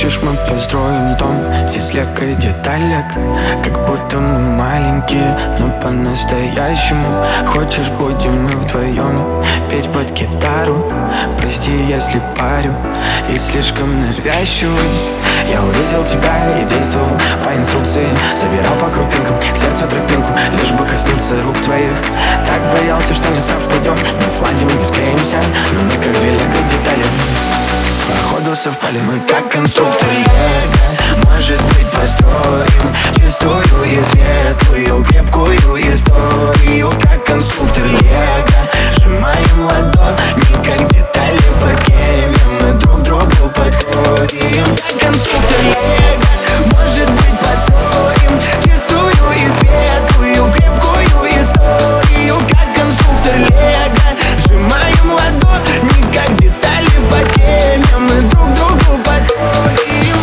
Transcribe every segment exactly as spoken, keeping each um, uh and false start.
Хочешь, мы построим дом из лего и деталек, как будто мы маленькие, но по-настоящему. Хочешь, будем мы вдвоем петь под гитару? Прости, если парю и слишком навязчивый. Я увидел тебя и действовал по инструкции, собирал по крупинкам к сердцу тропинку, лишь бы коснуться рук твоих. Так боялся, что не совпадем, не сладим, не склеимся, но мы как две лего детали, походу совпали. Мы как конструктор лего, может быть, построим чистую и светлую, крепкую историю. Как конструктор лего, сжимаем ладони, как детали по схеме, мы друг другу подходим. Как конструктор лего, может быть, построим чистую и светлую, крепкую историю. Как конструктор лего, сжимаем ладони, как детали по схеме, мы друг другу подходим.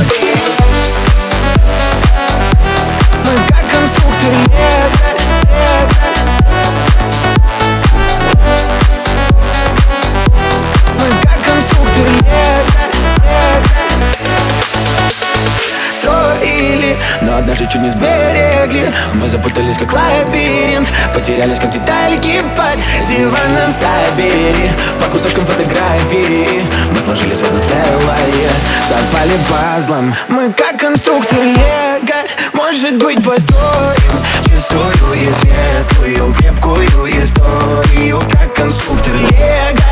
Мы как конструктор лего, мы как конструктор лего. Строили, но однажды чуть не сберегли. Мы запутались как лабиринт, потерялись как детальки под диваном. Собери по кусочкам фотографии, мы сложились в одно целое, совпали пазлом. Мы как конструктор лего, может быть, построим чистую и светлую, крепкую историю. Как конструктор лего,